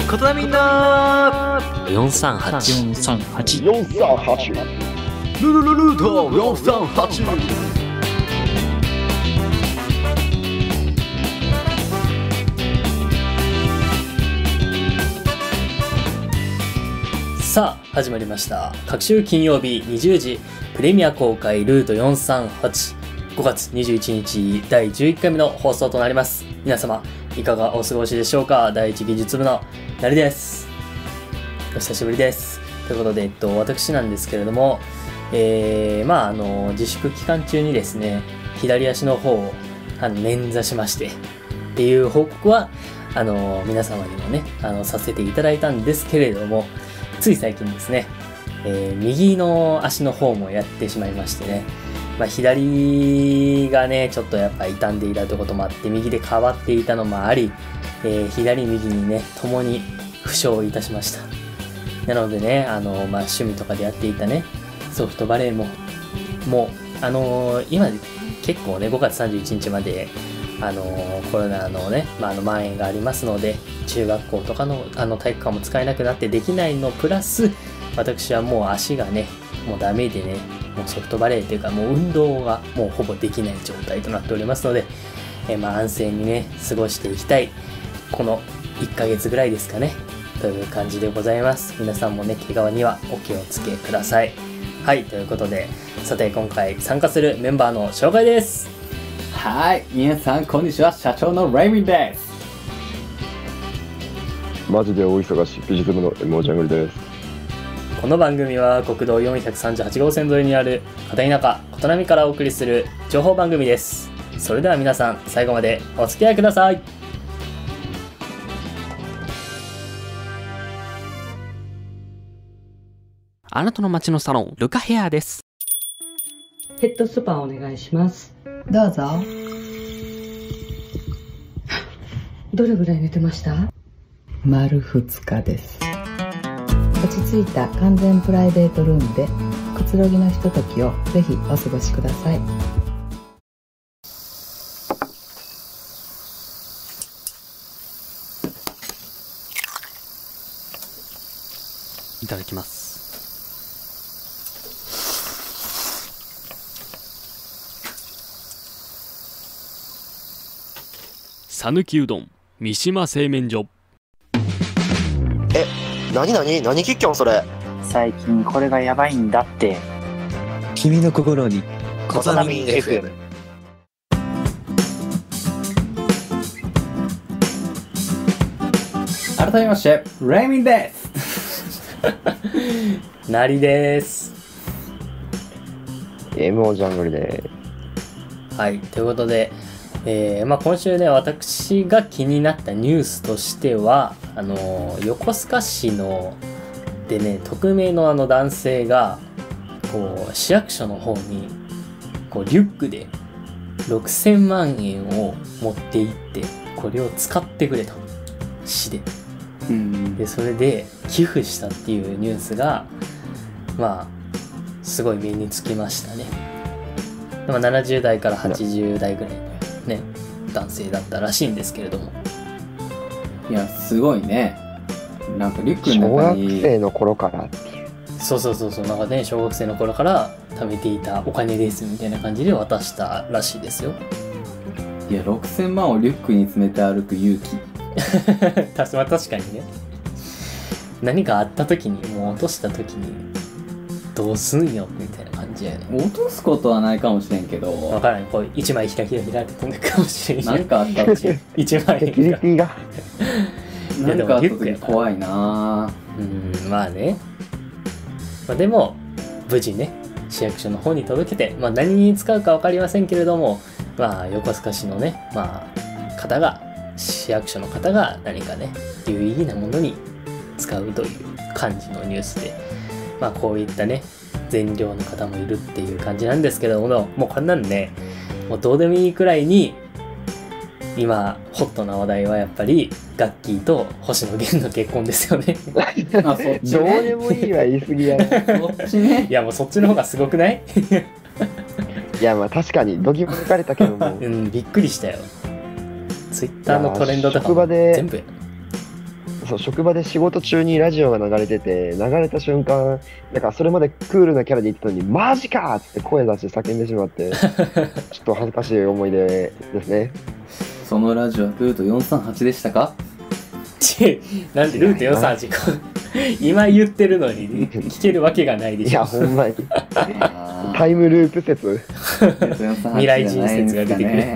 ことなみんな438ルート438。さあ始まりました。各週金曜日20時プレミア公開ルート438、5月21日第11回目の放送となります。皆様いかがお過ごしでしょうか。第一技術部のなりです。お久しぶりです。ということで、私なんですけれども、自粛期間中にですね、左足の方を捻挫しましてっていう報告は皆様にもねさせていただいたんですけれども、つい最近ですね、右の足の方もやってしまいましてね、左がねちょっとやっぱ傷んでいたということもあって、右で変わっていたのもあり、左右にねともに負傷いたしました。なのでね趣味とかでやっていたねソフトバレーも今結構ね5月31日までコロナのね、蔓延がありますので、中学校とかの体育館も使えなくなってできないのプラス、私はもう足がねもうダメでね、もうソフトバレーというかもう運動がもうほぼできない状態となっておりますので、安静にね過ごしていきたいこの1ヶ月ぐらいですかねという感じでございます。皆さんもね怪我にはお気をつけください。はい、ということで、さて今回参加するメンバーの紹介です。 はい、皆さんこんにちは、社長のレイミンです。 マジで大忙しい美術部のエモジャングルです。 この番組は国道438号線沿いにある片田舎琴波からお送りする情報番組です。それでは皆さん最後までお付き合いください。 あなたの街のサロンルカヘアです。 ヘッドスパお願いします。 どうぞ。 どれぐらい寝てました？ 丸2日です。落ち着いた完全プライベートルームでくつろぎのひとときをぜひお過ごしください。 いただきます。さぬきうどん三島製麺所。 何キッキョンそれ。 最近これがやばいんだって。 君の心にことなみ FM。 改めましてレイミンですなりです。 エモジャングルではい、ということで、今週ね私が気になったニュースとしては横須賀市のでね、匿名の男性がこう市役所の方にこうリュックで6000万円を持って行ってこれを使ってくれと市で、でそれで寄付したっていうニュースがすごい目につきましたね。70代から80代ぐらいのね男性だったらしいんですけれども、 いやすごいね。なんかリュックの中に小学生の頃からっていう。 そうなんかね小学生の頃から貯めていたお金ですみたいな感じで渡したらしいですよ。 いや6000万をリュックに詰めて歩く勇気確かにね、何かあった時にもう落とした時にどうすんよみたいな感じやね。 落とすことはないかもしれんけど、 分からん、こう1枚開って飛んでくかもしれんし、 何かあった時 1枚セキュリティが何かあった時怖いな。 でも無事ね市役所の方に届けて、何に使うか分かりませんけれども、横須賀市のね方が市役所の方が何かね有意義なものに使うという感じのニュースで、こういったね善良の方もいるっていう感じなんですけども、もうこんなんねもうどうでもいいくらいに今ホットな話題はやっぱりガッキーと星野源の結婚ですよねあ、そっちね。 どうでもいいは言い過ぎやねそっちね。 いやもうそっちの方がすごくないいや確かにどぎも抜かれたけどもびっくりしたよ。ツイッターのトレンドとかも職場で全部や。 そう職場で仕事中にラジオが流れてて、流れた瞬間、なんかそれまでクールなキャラで言ってたのに、マジかーって声出して叫んでしまって、ちょっと恥ずかしい思い出ですね。 そのラジオはルート438でしたか？ なんでルート438今言ってるのに聞けるわけがないでしょ。 いや、ほんまに。タイムループ説。 未来人説が出てくる。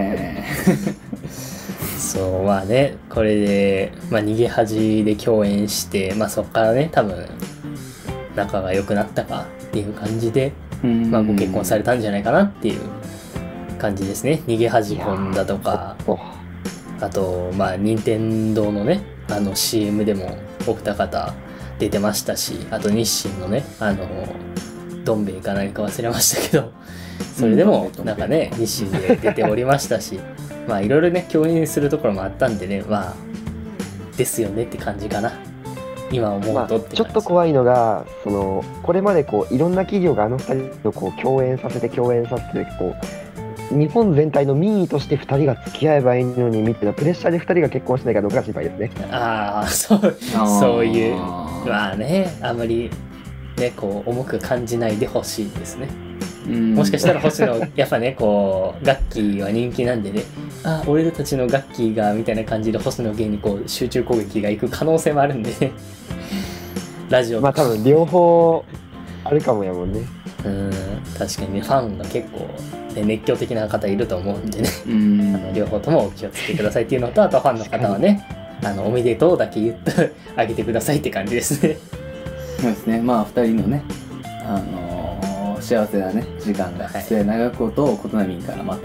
そう、まあね、これで、まあ、逃げ恥で共演して、まあそっからね、多分、仲が良くなったかっていう感じで、まあご結婚されたんじゃないかなっていう感じですね。逃げ恥婚だとか、あと、まあ、任天堂のね、CM でもお二方出てましたし、あと日清のね、どん兵衛か何か忘れましたけど、それでもなんかね、日清で出ておりましたし、まあいろいろね、共演するところもあったんでね、まあ、ですよねって感じかな。今思うとって感じ。 ちょっと怖いのが、これまでこういろんな企業が二人とこう共演させてこう日本全体の民意として2人が付き合えばいいのにみたいなプレッシャーで2人が結婚しないかどうかが心配ですね。 ああ、そういう、まあね、あんまりね、こう重く感じないでほしいですね。もしかしたら星野、やっぱね、こうガッキーは人気なんでね、あ、俺たちのガッキーがみたいな感じで星野源にこう集中攻撃がいく可能性もあるんでね。ラジオまあ多分両方あるかもやもんね。 確かにね、ファンが結構、ね、熱狂的な方いると思うんでね、両方ともお気をつけくださいっていうのと、あとファンの方はね、おめでとうだけ言ってあげてくださいって感じですね。 そうですね。まあ2人のね、幸せなね時間が末永くことを琴波からまた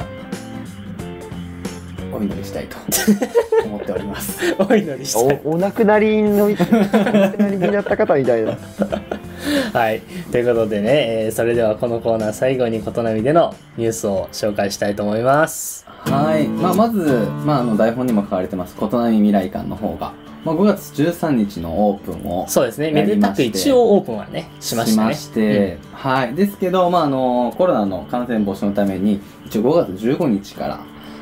お祈りしたいと思っております。 お祈りしたい。 お亡くなりになった方みたいな。 はい、ということでね、それではこのコーナー最後に琴波でのニュースを紹介したいと思います。 はい、まず、台本にも書かれてます琴波未来館の方が、5月13日のオープンをそうですね、めでたく一応オープンはねしましたね。 はい、ですけど、コロナの感染防止のために一応5月15日から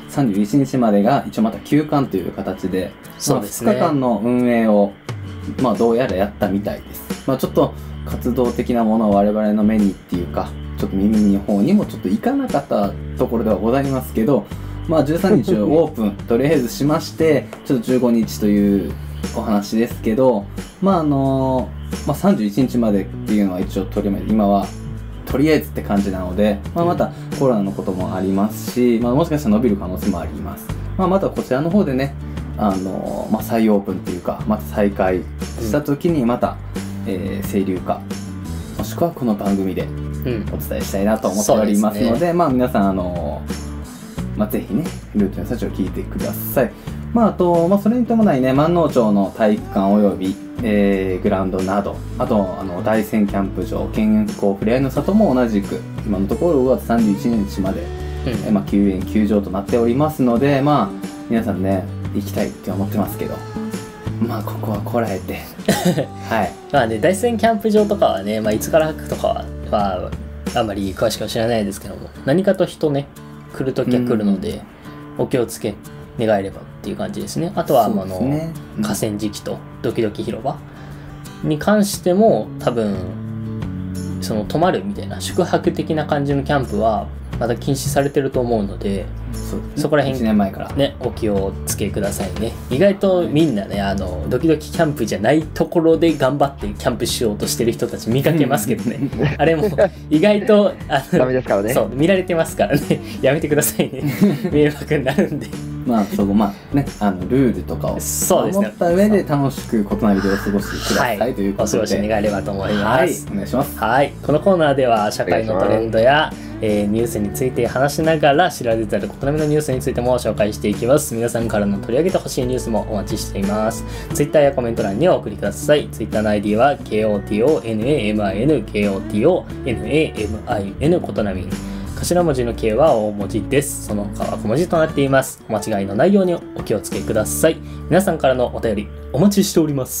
31日までが一応また休館という形で、 そうですね、 2日間の運営をどうやらやったみたいです。ちょっと活動的なものを我々の目にっていうか、ちょっと耳の方にもちょっといかなかったところではございますけど、13日をオープンとりあえずしまして、ちょっと15日というお話ですけど、31日までっていうのは一応今はとりあえずって感じなので、またコロナのこともありますし、もしかしたら伸びる可能性もあります。またこちらの方でね、再オープンっていうか、また再開した時にまた、清流化もしくはこの番組でお伝えしたいなと思っておりますので、皆さんぜひねルートの幸を聞いてください。あと、それに伴いね、万能町の体育館および、グラウンドなど、あと大山キャンプ場、健康ふれあいの里も同じく今のところ5月31日まで、休園休場となっておりますので、皆さんね行きたいって思ってますけど、ここはこらえてはい。大山キャンプ場とかはね、いつから開くとかはあんまり詳しくは知らないですけども、何かと人ね来るときは来るので、お気をつけ願えればっていう感じですね。あとは河川敷とドキドキ広場に関しても、多分その泊まるみたいな宿泊的な感じのキャンプはまだ禁止されてると思うので、そこら辺 1年前からねお気をつけくださいね。意外とみんなねドキドキキャンプじゃないところで頑張ってキャンプしようとしてる人たち見かけますけどねあれも意外とダメですからね。 そう見られてますからねやめてくださいね迷惑になるんでそこルールとかを守った上で楽しく異なりでお過ごしくださいということで、 お過ごし願えればと思います。 お願いします。 はい、このコーナーでは社会のトレンドやニュースについて話しながら知られざる異なりのニュースについても紹介していきます。皆さんからの取り上げてほしいニュースもお待ちしています。ツイッターやコメント欄にお送りください。ツイッターの ID は KOTONAMIN KOTONAMIN ことなみ。頭文字の K は大文字です。その他は小文字となっています。お間違いのないようにお気をつけください。皆さんからのお便りお待ちしております。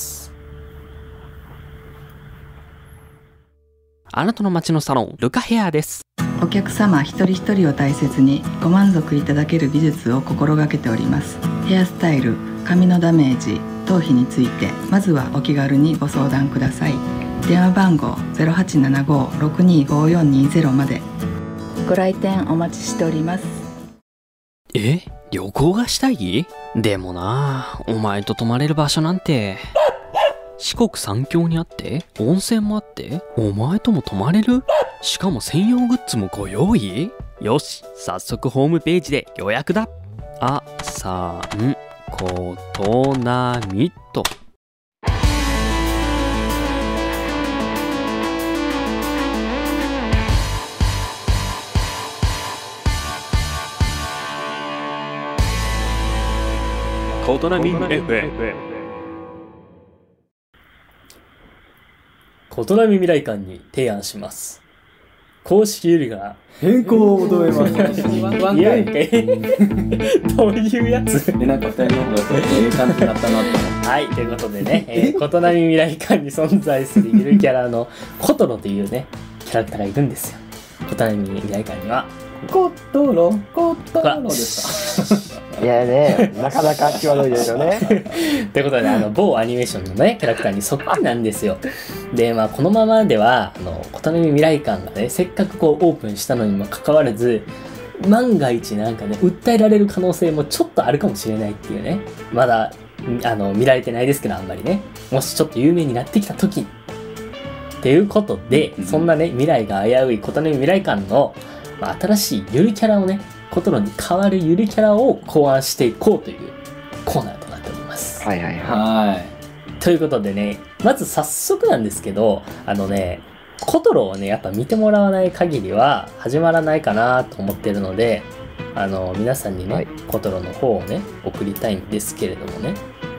あなたの街のサロンルカヘアです。 お客様一人一人を大切にご満足いただける技術を心がけております。ヘアスタイル、髪のダメージ、 頭皮についてまずはお気軽にご相談ください。電話番号 0875-625420 まで。ご来店お待ちしております。 旅行がしたい？でもな、お前と泊まれる場所なんて。四国三峡にあって、温泉もあって、お前とも泊まれる？しかも専用グッズもご用意？よし、早速ホームページで予約だ。あさんことなみと。 ことなみ FM。ことなみ未来館に提案します。公式ゆりが変更を求めます。 いやいやどういうやつなんか2人の方がちょっといい感じになったなって。 はい、ということでね、ことなみ未来館に存在するゆるキャラのコトロというね、キャラクターがいるんですよ。ことなみ未来館には。 コトロですか。 いやね、なかなか際どいですよね。 ということで、某アニメーションのね、キャラクターにそっくりなんですよ。で、まあ、このままでは、ことなみ未来館がね、せっかくこうオープンしたのにもかかわらず、万が一なんかね、訴えられる可能性もちょっとあるかもしれないっていうね。まだ、見られてないですけど、あんまりね。もしちょっと有名になってきた時に。っていうことで、そんなね、未来が危ういことなみ未来館の、まあ、新しいゆるキャラをね、コトロに代わるゆるキャラを考案していこうというコーナーとなっております。 はいはいはい。 ということでね、まず早速なんですけど、コトロをね、やっぱ見てもらわない限りは始まらないかなと思ってるので、皆さんにね、はい、コトロの方をね、送りたいんですけれどもね、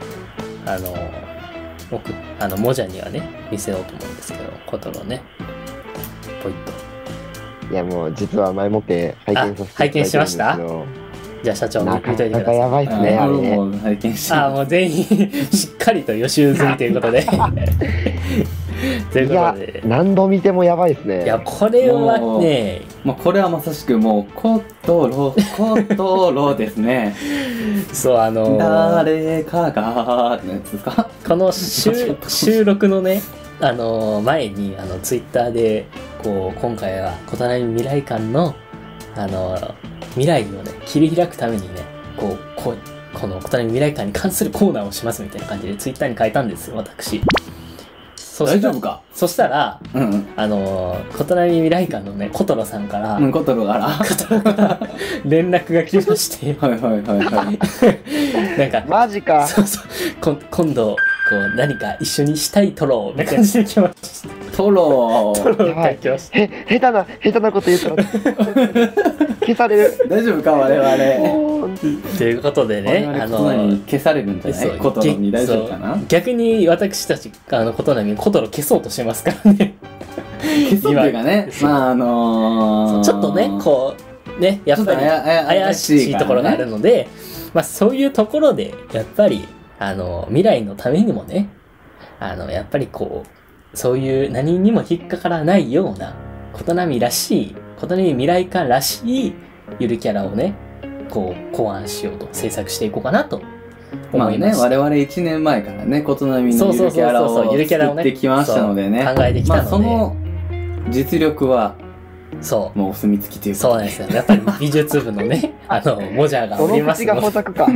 モジャにはね、見せようと思うんですけど、コトロね、ポイッと。 いやもう実は前もって拝見させていただいてるんですけど。拝見しました？ じゃあ社長見といてください。 なかなかやばいですね、あれね。 もう拝見しまもう全員しっかりと予習済みということで。ということで。 何度見てもやばいですね。 いや、これはね、 これはまさしくもうコトロですね。 そう、 誰かがってやつですか？ この収録のね、前にツイッターでこう今回はことなみ未来館の未来をね切り開くためにねこのことなみ未来館に関するコーナーをしますみたいな感じでツイッターに書いたんですよ、私。 大丈夫か？ そしたら、ことなみ未来館のねコトロさんから、 コトロから連絡が来まして、 はいなんかマジか。 そう今度こう何か一緒にしたいトロみたいな感じで来ました。 トロが来ました。 下手なこと言ったら消される。 大丈夫か我々。 ということでね、 消されるんじゃない？コトロに大丈夫かな？ 逆に私たちことなみにコトロ消そうとしてますからね。 消そうっていうかね、まあちょっとねこうねやっぱり怪しいところがあるので、まあそういうところでやっぱり未来のためにもね、やっぱりこうそういう何にも引っかからないようなことなみらしい、ことなみ未来館らしいゆるキャラをねこう考案しようと制作していこうかなと思います。 我々1年前からねことなみのゆるキャラを作ってきましたのでね、 考えてきたので、 その実力はそうもうお墨付きというか、 そうなんですよ。やっぱり美術部のねモジャがおりますので。 その口が補足か。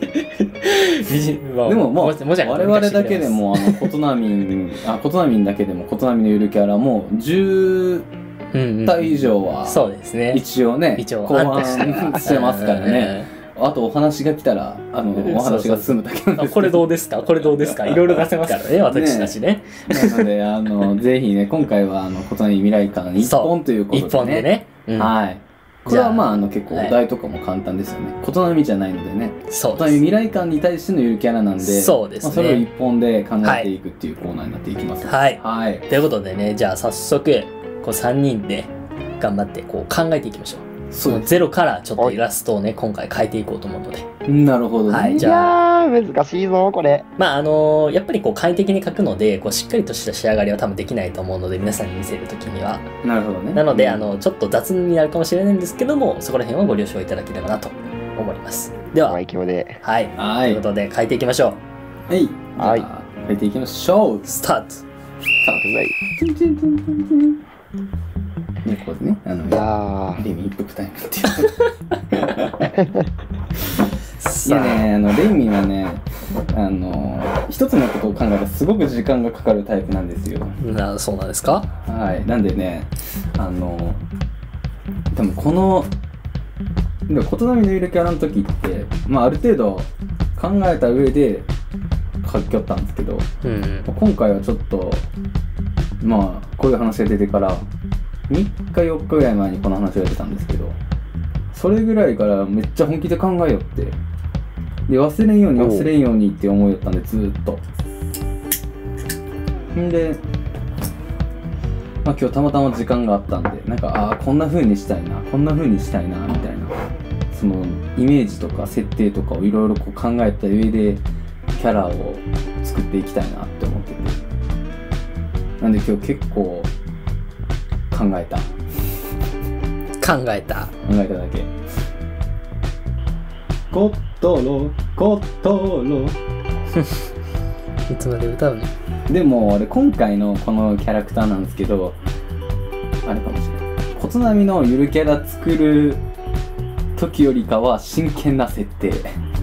でももう我々だけでもことなみんだけでもことなみのゆるキャラも10体以上はそうですね。 一応ね考案してますからね。あとお話が来たらお話が進むだけなんですけど、 これどうですかこれどうですかいろいろ出せますからね私たちね。 なのでぜひね今回はことなみ未来館1本ということでね。 1本でね。 はい。これは結構お題とかも簡単ですよね。ことなみじゃないのでね。ことなみ未来館に対してのゆるキャラなんで、 そうですね。 それを1本で考えていくっていうコーナーになっていきます。 はい。ということでね、じゃあ早速こう3人で頑張ってこう考えていきましょう。そのゼロからちょっとイラストをね今回変えていこうと思うので。 なるほどね。 はい、じゃあ難しいぞこれ。 やっぱりこう簡易的に描くのでこうしっかりとした仕上がりは多分できないと思うので皆さんに見せるときには。 なるほどね。 なのでちょっと雑になるかもしれないんですけどもそこら辺はご了承いただければなと思います。でははい、 ということで描いていきましょう。 はい。 はい。 じゃあ書いていきましょう。 スタート。 ね、こうね、 いやレミ一服タイムっていう。いやね、レミはね、一つのことを考えたらすごく時間がかかるタイプなんですよ。 そうなんですか？ はい。なんでね、でもこの、琴波のゆるキャラの時って、まあある程度考えた上で書きよったんですけど、今回はちょっと、まあこういう話が出てから3日4日ぐらい前にこの話が出たんですけど、それぐらいからめっちゃ本気で考えよって、で忘れんようにって思いよったんで、ずーっと。んで、まあ今日たまたま時間があったんで、なんかこんな風にしたいなみたいな、そのイメージとか設定とかをいろいろこう考えた上でキャラを作っていきたいなって思ってて、なんで今日結構考えただけ。コトロいつまで歌うの？ でも俺今回のこのキャラクターなんですけど、あれかもしれない、琴波のゆるキャラ作る時よりかは真剣な設定。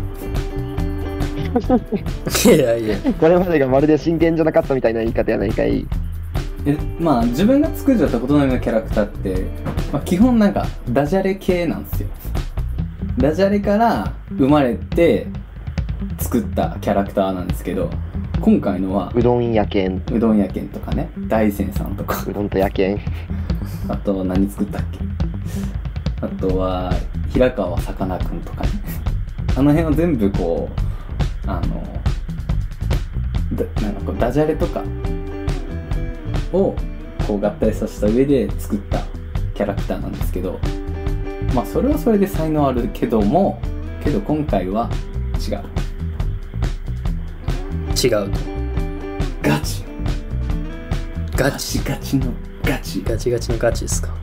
いやいや、 これまでがまるで真剣じゃなかったみたいな言い方やないかい。 まあ自分が作っちゃった琴波のキャラクターって、まあ、基本なんかダジャレ系なんですよ。ダジャレから生まれて作ったキャラクターなんですけど、今回のはうどんやけんとかね、大山さんとか、 うどんとやけん、 あと何作ったっけ、あとは平川さかなクンとかね、あの辺を全部こうなんかこうダジャレとかをこう合体させた上で作ったキャラクターなんですけど、まあそれはそれで才能あるけど今回は違うガチのガチのガチですか？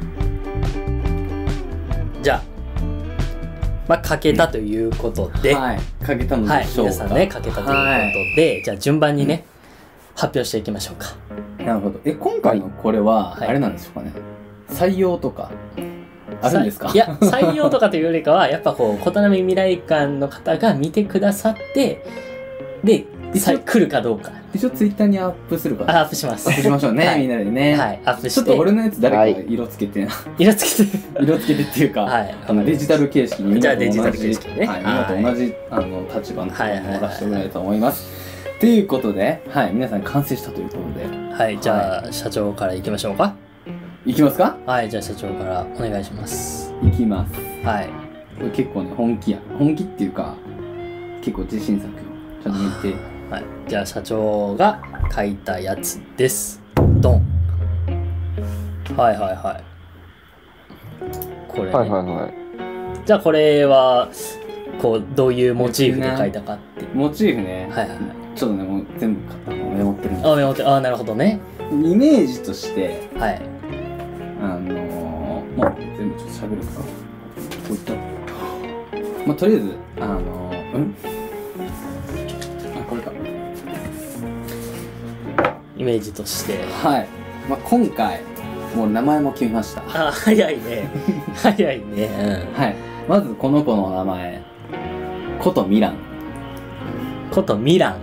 じゃあまあ書けたということで、 はい、書けたのでしょうか。 皆さんね書けたということで、じゃあ順番にね、発表していきましょうか。 なるほど。今回のこれはあれなんでしょうかね、採用とかあるんですか？ いや、採用とかというよりかはやっぱこう琴波未来館の方が見てくださって、で来るかどうか。 一応ツイッターにアップするか。 アップします。 アップしましょうね、みんなでね。 はい、アップして。 ちょっと俺のやつ誰か色つけて色つけてっていうか、デジタル形式にみんなと同じ、みんなと同じ立場の人に盛らせてもらえると思います。ということで、皆さん完成したということで、 はい、じゃあ社長からいきましょうか。 いきますか？ はい、じゃあ社長からお願いします。 いきます。 はい。 これ結構ね、本気っていうか、結構自信作をちゃんと見て。 はい、じゃあ社長が書いたやつです。ドン。はい。これ、ね、じゃあこれはこうどういうモチーフで書いたかっていう。 モチーフね。ちょっとね、もう全部メモってるんです。 メモって、なるほどね。 イメージとして、 はい。 もう全部ちょっと喋るか。こういった。まあとりあえずこれか。 イメージとして。 はい。まあ今回もう名前も決めました。 早いね。はい。 まずこの子の名前、ことミラン。これ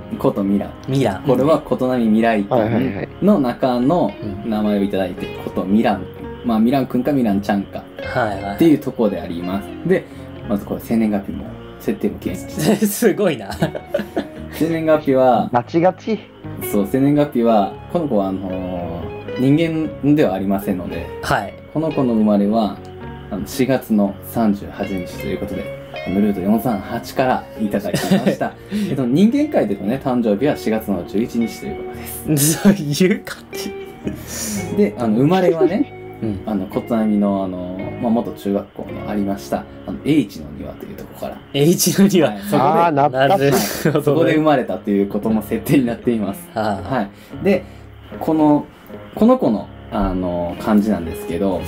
は琴波未来館の中の名前をいただいて、ことミラン。まあミランくんかミランちゃんかっていうところであります。で、まずこれ生年月日も設定も決めました。 すごいな。 生年月日はガチそう、生年月日はこの子は人間ではありませんので、この子の生まれは4月の38日ということで、ルート438からいただきました。人間界でのね、誕生日は4月の11日ということです。 そういう感じ。 で、生まれはね、琴波の元中学校のありました、H の庭というところから。 H の庭。 そこで生まれたということも設定になっています。で、この子の、漢字なんですけど、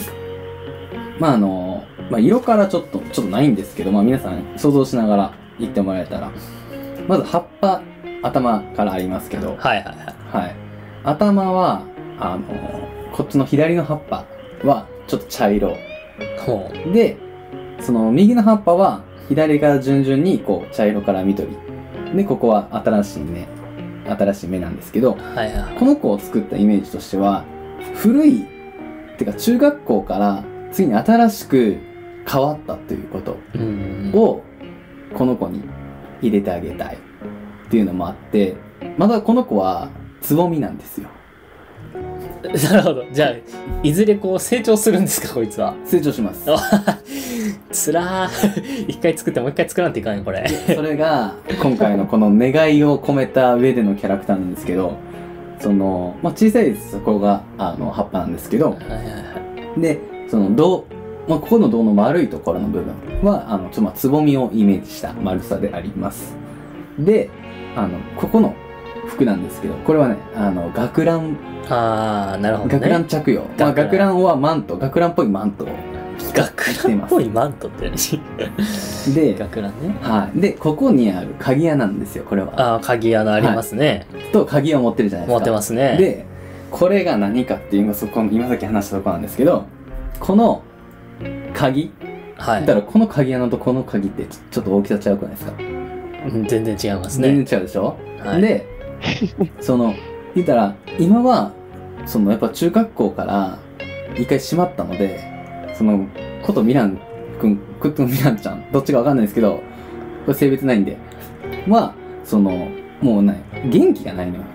色からちょっとないんですけど、皆さん想像しながら言ってもらえたら、まず葉っぱ頭からありますけど、 はいはいはい。 はい。頭は、こっちの左の葉っぱはちょっと茶色。 ほう。 で、その右の葉っぱは左から順々にこう茶色から緑。で、ここは新しい芽なんですけど、 はいはい。 この子を作ったイメージとしては、古い、てか中学校から次に新しく変わったということを、この子に入れてあげたいっていうのもあって、まだこの子はつぼみなんですよ。 なるほど。じゃあ、いずれこう成長するんですか、こいつは。 成長します。 つらー。一回作ってもう一回作らんといかんよ、これ。 それが、今回のこの願いを込めた上でのキャラクターなんですけど、小さいです、そこが、葉っぱなんですけど、 はいはいはい。 で、ここの胴の丸いところの部分は、つぼみをイメージした丸さであります。で、ここの服なんですけど、これはね、学ラン、 なるほどね。 学ラン着用。学ランはマント、学ランっぽいマントを学ランっぽいマントってで、 学ランね。 はい。で、ここにある鍵穴なんですよ、これは。 鍵穴ありますね。 と、鍵を持ってるじゃないですか。 持ってますね。 で、これが何かっていうのが今さっき話したところなんですけど、この鍵、 はい。 だからこの鍵穴とこの鍵ってちょっと大きさ違うくないですか？ 全然違いますね。 全然違うでしょ？ はい、 で、言ったら、今は、やっぱ中学校から一回閉まったので、ことミラン君、ことミランちゃん、どっちかわかんないですけど、これ性別ないんで、もうない、元気がないのよ。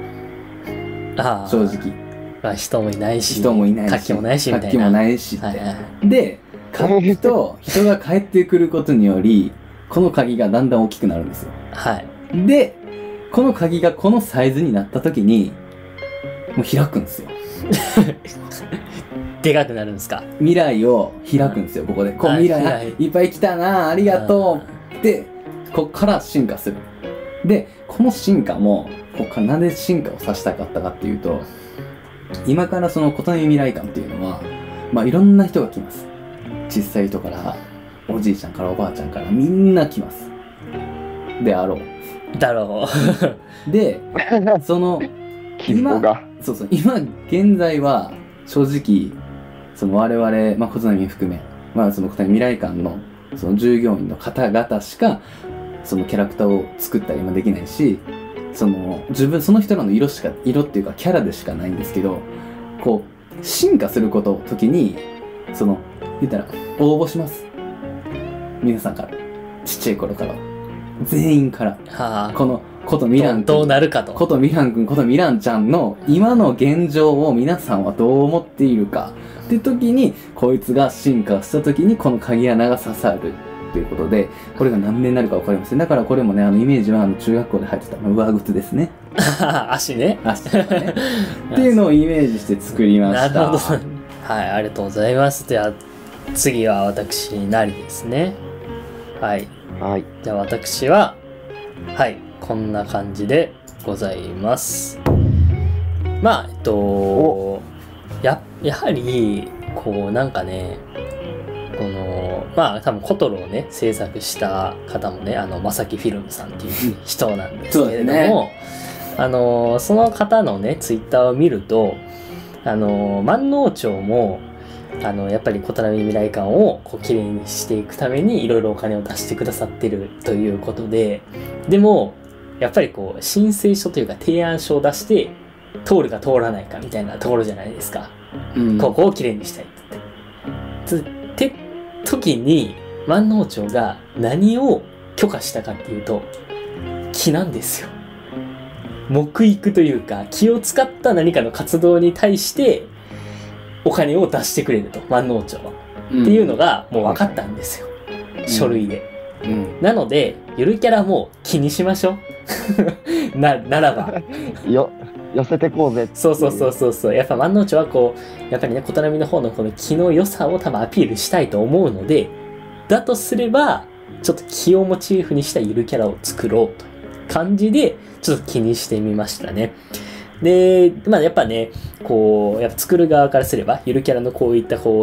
正直。 人もいないし、 人もいないし、 活気もないし、みたいな。 活気もないしって。 はいはい、 で、活気と人が帰ってくることにより、この鍵がだんだん大きくなるんですよ。 はい。 で、この鍵がこのサイズになった時に、もう開くんですよ。 でかくなるんですか？ 未来を開くんですよ、ここで。未来、いっぱい来たな、ありがとう。で、こっから進化する。で、この進化も、ここからなんで進化をさせたかったかっていうと、今から琴音未来館っていうのは、いろんな人が来ます。小さい人から、おじいちゃんからおばあちゃんからみんな来ます。であろう。 だろう。で、今現在は、正直、我々、琴音含め、琴音未来館の、従業員の方々しか、キャラクターを作ったりもできないし、その人らの色っていうか、キャラでしかないんですけど、進化する時に、言ったら、応募します。皆さんから。ちっちゃい頃から。全員から。この、ことミラン君。 どうなるかと。 ことミラン君、ことミランちゃんの今の現状を皆さんはどう思っているか。って時に、こいつが進化した時に、この鍵穴が刺さる。ということで、これが何年になるか分かりません。だからこれもね、イメージは中学校で入ってた上靴ですね。 足ね。 足とかね。っていうのをイメージして作りました。 なるほど。はい、ありがとうございます。では、次は私なりですね。はい。 はい。 じゃあ私は、はい、こんな感じでございます。やはり、なんかね、多分コトロをね、制作した方もね、まさきフィルムさんっていう人なんですけれども、その方のね、ツイッターを見ると、万能町も、やっぱり琴波未来館をきれいにしていくためにいろいろお金を出してくださってるということで、でも、やっぱり申請書というか提案書を出して、通るか通らないかみたいなところじゃないですか。ここをきれいにしたいって時に万能町が何を許可したかっていうと木なんですよ。木育というか木を使った何かの活動に対してお金を出してくれると万能町は、っていうのがもう分かったんですよ、書類で、なのでゆるキャラも気にしましょうならば寄せてこうぜ。 そうやっぱ万能町はやっぱりね、琴波の方のこの木の良さを多分アピールしたいと思うので、だとすればちょっと木をモチーフにしたゆるキャラを作ろうという感じでちょっと気にしてみましたね。で、やっぱね、やっぱ作る側からすればゆるキャラのこういった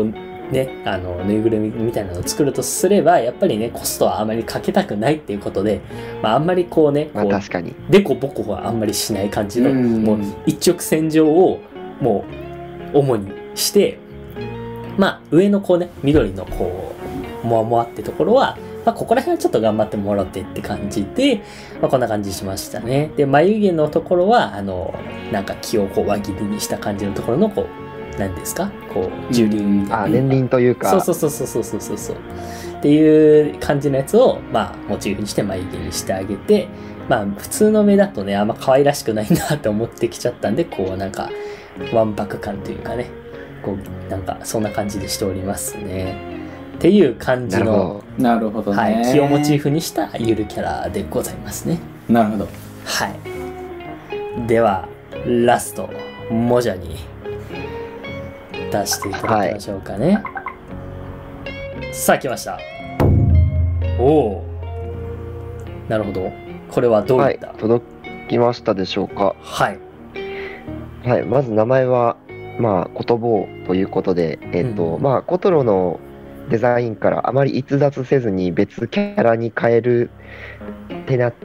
ね、ぬいぐるみみたいなのを作るとすれば、やっぱりね、コストはあまりかけたくないっていうことで、まあ、あんまりこうね、こう確かに。 でこぼこはあんまりしない感じの、 うんもう一直線上をもう主にして、まあ、上のこうね、緑のこう、もわもわってところは、まあ、ここら辺はちょっと頑張ってもらってって感じで、まあ、こんな感じしましたね。で、眉毛のところは、なんか気をこう輪切りにした感じのところの、こう、何ですかこう、重粒みたいな。 年輪というか。 そうっていう感じのやつを、まあ、モチーフにして眉毛にしてあげて、まあ、普通の目だとね、あんま可愛らしくないなって思ってきちゃったんで、こう、なんか、わんぱく感というかね、こう、なんか、そんな感じでしておりますね。っていう感じの、 なるほどね。 はい、気をモチーフにしたゆるキャラでございますね。 なるほど。 はい。では、ラスト、もじゃに出していただきましょうかね。さあ、来ました。おお。なるほど。これはどういった、 届きましたでしょうか。 はい。 はい、まず名前は、まあ、コトボーということで、まあ、コトロのデザインからあまり逸脱せずに別キャラに変えるってなって、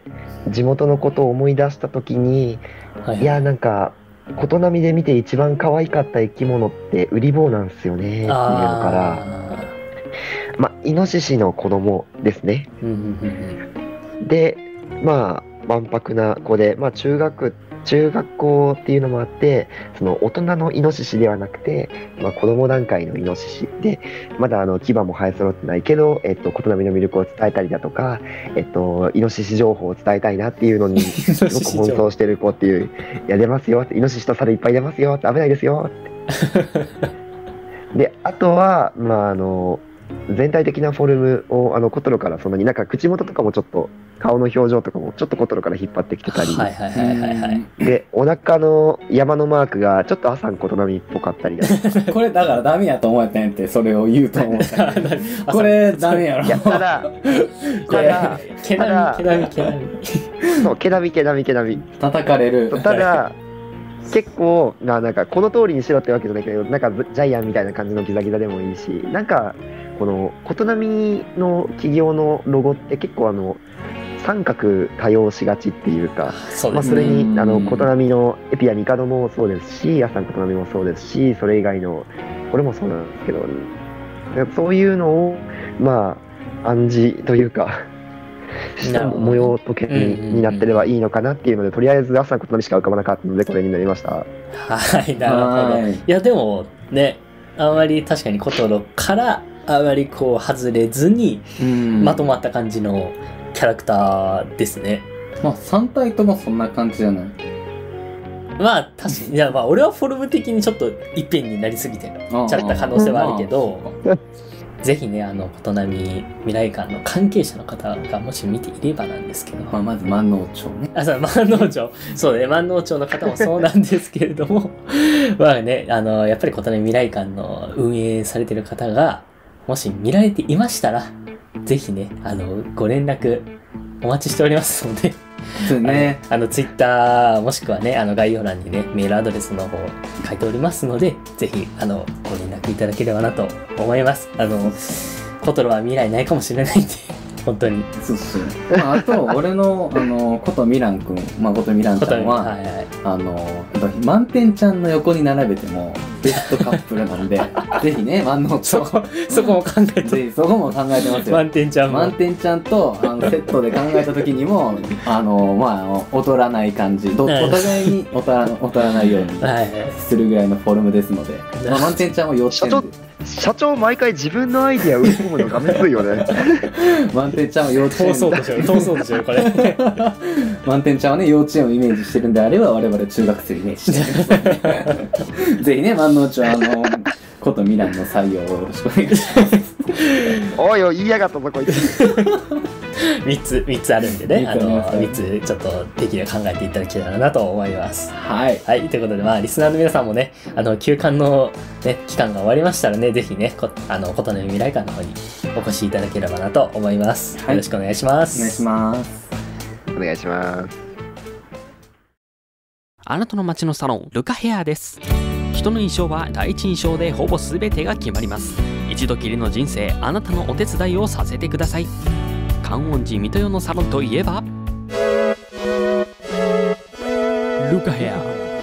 地元のことを思い出したときに、いや、なんか、琴波で見て一番可愛かった生き物ってウリボウなんですよねっていうのから、まあ、イノシシの子供ですね。で、まあ、わんぱくな子で、まあ、中学校っていうのもあって、その大人のイノシシではなくて、まあ、子供段階のイノシシで、まだ牙も生え揃ってないけど、琴波の魅力を伝えたりだとか、イノシシ情報を伝えたいなっていうのに、すごく奔走してる子っていう、いや、出ますよって、イノシシと猿いっぱい出ますよって、危ないですよって。で、あとは、まあ、全体的なフォルムをコトロからそんなになんか口元とかもちょっと顔の表情とかもちょっとコトロから引っ張ってきてたり、でお腹の山のマークがちょっとアサン琴波っぽかったりだこれだからダメやと思ったんやって、それを言うと思ったこれダメやろ。 いやただ毛並み叩かれる。 ただ結構なんかこの通りにしろってわけじゃないけど、なんかジャイアンみたいな感じのギザギザでもいいし、なんかこの琴波の企業のロゴって結構三角多用しがちっていうか、まあ、それに琴波のエピやミカドもそうですし、アサン琴波もそうですし、それ以外のこれもそうなんですけど、そういうのをまあ暗示というかした模様時計になってればいいのかなっていうので、とりあえずアサン琴波しか浮かばなかったのでこれになりました。 はい、なるほど。いやでもね、あまり確かにコトロからあまりこう外れずにまとまった感じのキャラクターですね。 まあ3体ともそんな感じじゃない。 まあ確かに、いやまあ俺はフォルム的にちょっと一辺になりすぎてちゃった可能性はあるけど、ぜひね琴波未来館の関係者の方がもし見ていればなんですけど、 まず万能町ね。 そう万能町、そうね、万能町の方もそうなんですけれどもまあね、やっぱり琴波未来館の運営されてる方がもし見られていましたら、ぜひね、ご連絡お待ちしておりますので、 そうね、 ツイッターもしくはね、概要欄にね、メールアドレスの方書いておりますので、ぜひ、ご連絡いただければなと思います。コトロは未来ないかもしれないんで、本当に。 そうそう。まあ、あと、俺の、ことミランくん、ことミランちゃんは、満点ちゃんの横に並べても、ベストカップルなんで、ぜひね、万能町。 そこも考えて。 ぜひ、そこも考えてますよ。 満点ちゃんも。 満点ちゃんと、セットで考えた時にも、劣らない感じ。お互いに劣らないようにするぐらいのフォルムですので、満点ちゃんも要点で。 社長毎回自分のアイディア売り込むのがめついよね。 満点ちゃんは幼稚園通そうとしようこれ。 満点ちゃんはね、幼稚園をイメージしてるんであれば、我々中学生をイメージしてるぜひね、万能町ことミランの採用をよろしくお願いします。 おいおい、言いやがったぞこいつ。 3つあるんでね、3つちょっとできれば考えていただけたらなと思います。はい。はい、ということで、リスナーの皆さんもね、休館の、ね、期間が終わりましたらね、ぜひね、琴音未来館の方にお越しいただければなと思います。よろしくお願いします。 お願いします。 お願いします。 あなたの街のサロン、ルカヘアです。 人の印象は第一印象でほぼ全てが決まります。一度きりの人生、あなたのお手伝いをさせてください。観音寺水戸代のサロンといえばルカヘア。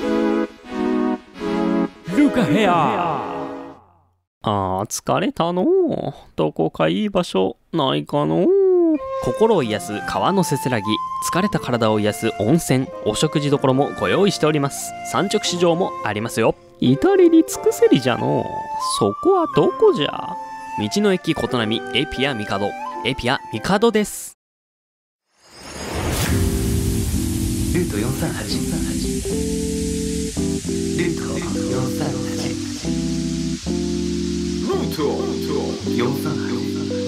ルカヘア。疲れたの。どこかいい場所ないかの。心を癒す川のせせらぎ、疲れた体を癒す温泉、お食事処もご用意しております。産直市場もありますよ。至れり尽くせりじゃの。そこはどこじゃ。道の駅琴波エピアミカド。エピアミカドです。 ルート438。ルート438。ルート438。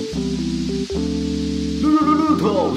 ルート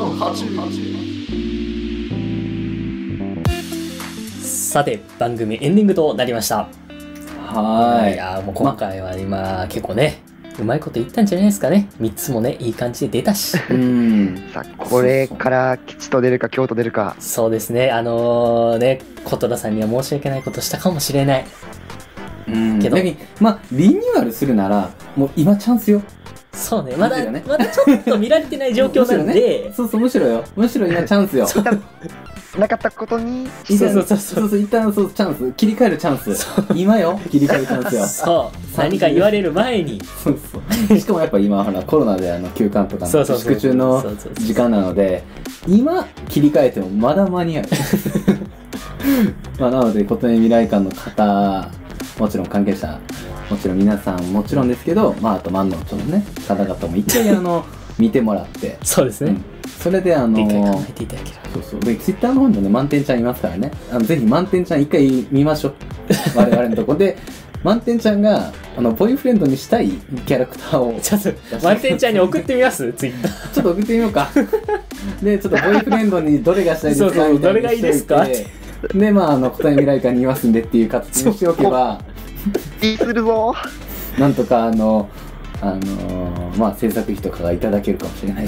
438。 さて、番組エンディングとなりました。いやもう今回は今、結構ね、うまいこと言ったんじゃないですかね。3つもね、いい感じで出たし。 さあ、これから吉と出るか京と出るか。 そうですね、ね、琴田さんには申し訳ないことしたかもしれない。 けど、まあ、リニューアルするなら、もう今チャンスよ。 そうね、まだちょっと見られてない状況なんで。 そうそう、むしろ今チャンスよ。 なかったことに一旦チャンス、切り替えるチャンス、今よ、切り替えるチャンスよ。 そう何か言われる前に。 そうそう。しかもやっぱ今ほらコロナで休館とか自粛中の時間なので、今切り替えてもまだ間に合う。まあなので琴音未来館の方、もちろん関係者、もちろん皆さんもちろんですけど、まああと万能町のね方々も一回見てもらって、 そうですね。 それで理解考えていただける。 そうでツイッターの方にもね満点ちゃんいますからね、ぜひ満点ちゃん一回見ましょう。我々のとこで満点ちゃんがボーイフレンドにしたいキャラクターをちょっと満点ちゃんに送ってみます？ツイッターちょっと送ってみようか。でちょっとボーイフレンドにどれがしたいですかみたいな、 どれがいいですかでまあ答え未来館にいますんでっていう形にしておけばいいするぞ。 なんとかまあ制作費とかがいただけるかもしれないです。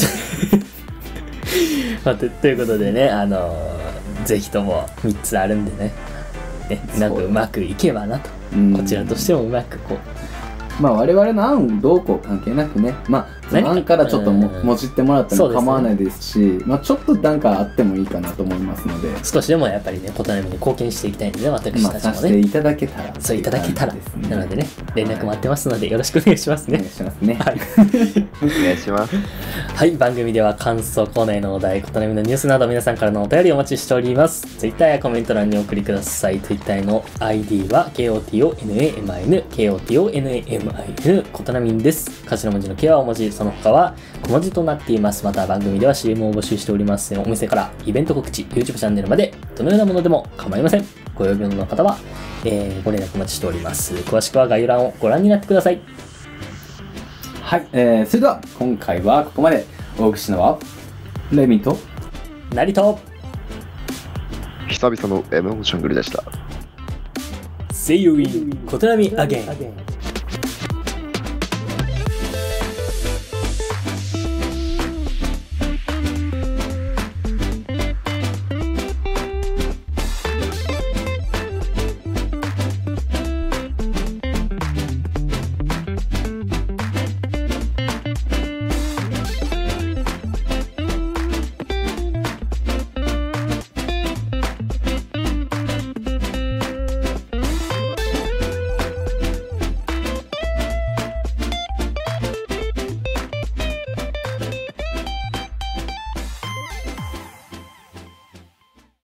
ということでね、ぜひとも3つあるんでね、なんかうまくいけばなと、こちらとしてもうまくこう、 まあ我々の案どうこう関係なくね、まあその案からちょっともじってもらっても構わないですし、まあちょっとなんかあってもいいかなと思いますので、 少しでもやっぱりね琴波に貢献していきたいので、私たちもね、 させていただけたら、 そういただけたら、なのでね連絡待ってますのでよろしくお願いしますね。 お願いしますね。 はい、 お願いします。 はい、番組では感想、コーナーへのお題、琴波のニュースなど皆さんからのお便りお待ちしております。Twitter やコメント欄にお送りください。Twitter の ID は KOTONAMIN 琴波です。頭文字の K は大文字、その他は小文字となっています。また番組では CM を募集しております。お店からイベント告知、YouTube チャンネルまでどのようなものでも構いません。ご要望の方は、ご連絡お待ちしております。詳しくは概要欄をご覧になってください。 はい、それでは今回はここまで。お送りしたのはレミと成と久々のエモーショングルでした。 See you in 琴波again。